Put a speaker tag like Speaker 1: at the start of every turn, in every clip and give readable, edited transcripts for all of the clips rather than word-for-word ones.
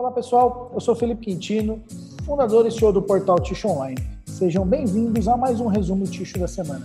Speaker 1: Olá pessoal, eu sou Felipe Quintino, fundador e CEO do portal Tissue Online. Sejam bem-vindos a mais um resumo Tissue da semana.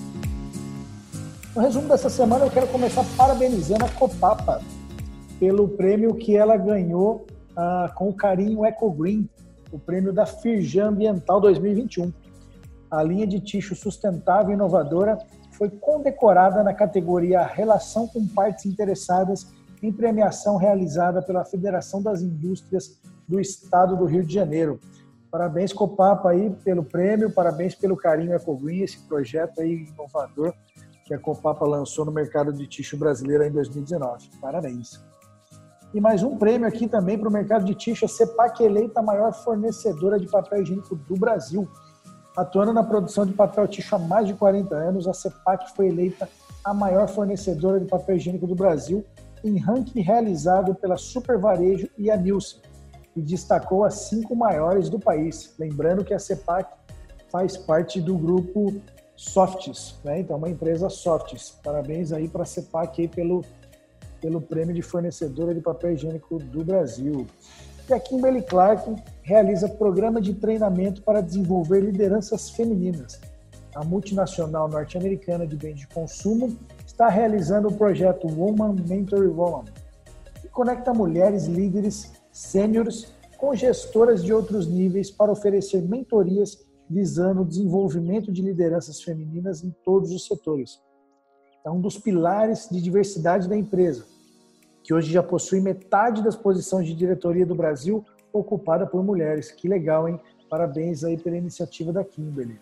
Speaker 1: No resumo dessa semana eu quero começar parabenizando a Copapa pelo prêmio que ela ganhou com o carinho EcoGreen, o prêmio da Firjan Ambiental 2021. A linha de tissue sustentável e inovadora foi condecorada na categoria Relação com Partes Interessadas em premiação realizada pela Federação das Indústrias do Estado do Rio de Janeiro. Parabéns, Copapa, aí pelo prêmio, parabéns pelo carinho EcoGreen, esse projeto aí inovador que a Copapa lançou no mercado de tissue brasileiro em 2019. Parabéns. E mais um prêmio aqui também para o mercado de tissue, a CEPAC eleita a maior fornecedora de papel higiênico do Brasil. Atuando na produção de papel tissue há mais de 40 anos, a CEPAC foi eleita a maior fornecedora de papel higiênico do Brasil em ranking realizado pela Super Varejo e a Nielsen, e destacou as 5 maiores do país. Lembrando que a CEPAC faz parte do grupo Softs, né? Então, uma empresa Softs. Parabéns aí para a CEPAC aí pelo prêmio de fornecedora de papel higiênico do Brasil. E a Kimberly-Clark realiza programa de treinamento para desenvolver lideranças femininas. A multinacional norte-americana de bens de consumo está realizando o projeto Woman Mentoring Woman, que conecta mulheres líderes sêniores com gestoras de outros níveis para oferecer mentorias visando o desenvolvimento de lideranças femininas em todos os setores. É um dos pilares de diversidade da empresa, que hoje já possui metade das posições de diretoria do Brasil ocupada por mulheres. Que legal, hein? Parabéns aí pela iniciativa da Kimberly.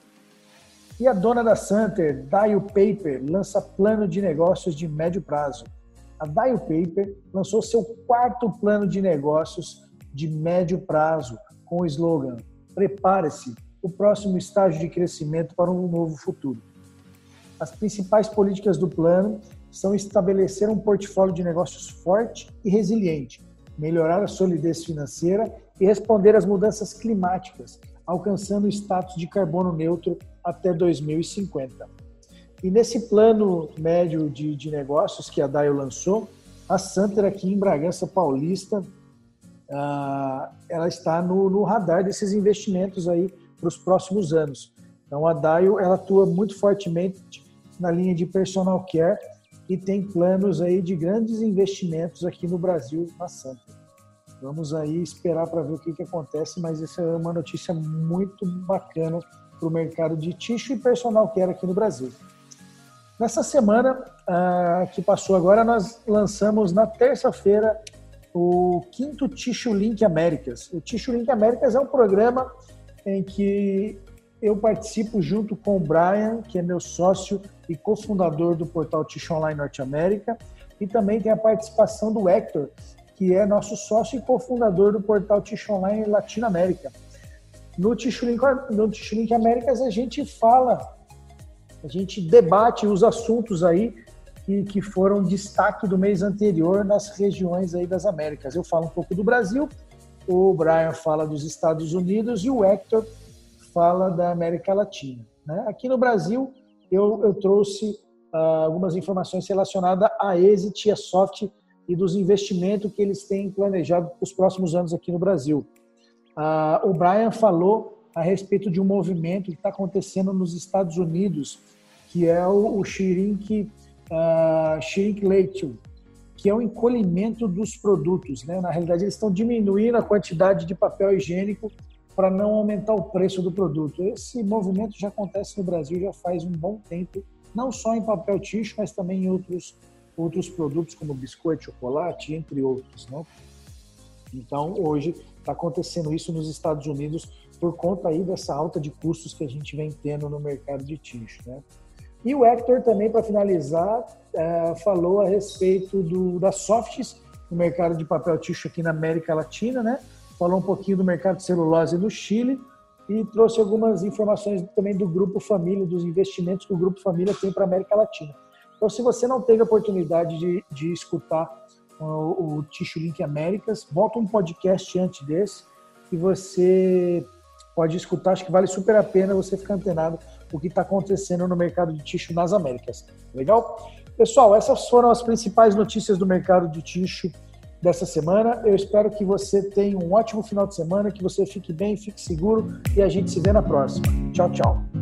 Speaker 1: E a dona da Santer, Dio Paper, lança plano de negócios de médio prazo. A Dio Paper lançou seu 4º plano de negócios de médio prazo, com o slogan "Prepare-se, o próximo estágio de crescimento para um novo futuro". As principais políticas do plano são estabelecer um portfólio de negócios forte e resiliente, melhorar a solidez financeira e responder às mudanças climáticas, alcançando o status de carbono neutro até 2050. E nesse plano médio de negócios que a Dio lançou, a Santer aqui em Bragança Paulista, ela está no radar desses investimentos aí para os próximos anos. Então a Dio ela atua muito fortemente na linha de personal care e tem planos aí de grandes investimentos aqui no Brasil na Santer. Vamos aí esperar para ver o que acontece, mas essa é uma notícia muito bacana para o mercado de tissue e personal care aqui no Brasil. Nessa semana que passou agora, nós lançamos na terça-feira o 5º Tissue Link Américas. O Tissue Link Américas é um programa em que eu participo junto com o Brian, que é meu sócio e cofundador do portal Tissue Online Norte América, e também tem a participação do Hector, que é nosso sócio e cofundador do portal Tissue Online Latino América. No Tissue Link Américas a gente debate os assuntos aí que foram destaque do mês anterior nas regiões aí das Américas. Eu falo um pouco do Brasil, o Brian fala dos Estados Unidos e o Hector fala da América Latina, né? Aqui no Brasil eu trouxe algumas informações relacionadas à Exit e à Soft e dos investimentos que eles têm planejado para os próximos anos aqui no Brasil. O Brian falou a respeito de um movimento que está acontecendo nos Estados Unidos, que é o Shrink Ratio, que é o encolhimento dos produtos, né? Na realidade, eles estão diminuindo a quantidade de papel higiênico para não aumentar o preço do produto. Esse movimento já acontece no Brasil já faz um bom tempo, não só em papel tissue, mas também em outros produtos como biscoito, chocolate, entre outros, né? Então, hoje está acontecendo isso nos Estados Unidos por conta aí dessa alta de custos que a gente vem tendo no mercado de tissue, né? E o Hector também, para finalizar, falou a respeito das softs no mercado de papel tissue aqui na América Latina, né? Falou um pouquinho do mercado de celulose no Chile e trouxe algumas informações também do Grupo Família, dos investimentos que o Grupo Família tem para a América Latina. Então, se você não teve a oportunidade de escutar o Tissue Link Américas, volta um podcast antes desse que você pode escutar. Acho que vale super a pena você ficar antenado o que está acontecendo no mercado de tissue nas Américas. Legal? Pessoal, essas foram as principais notícias do mercado de tissue dessa semana. Eu espero que você tenha um ótimo final de semana, que você fique bem, fique seguro e a gente se vê na próxima. Tchau, tchau.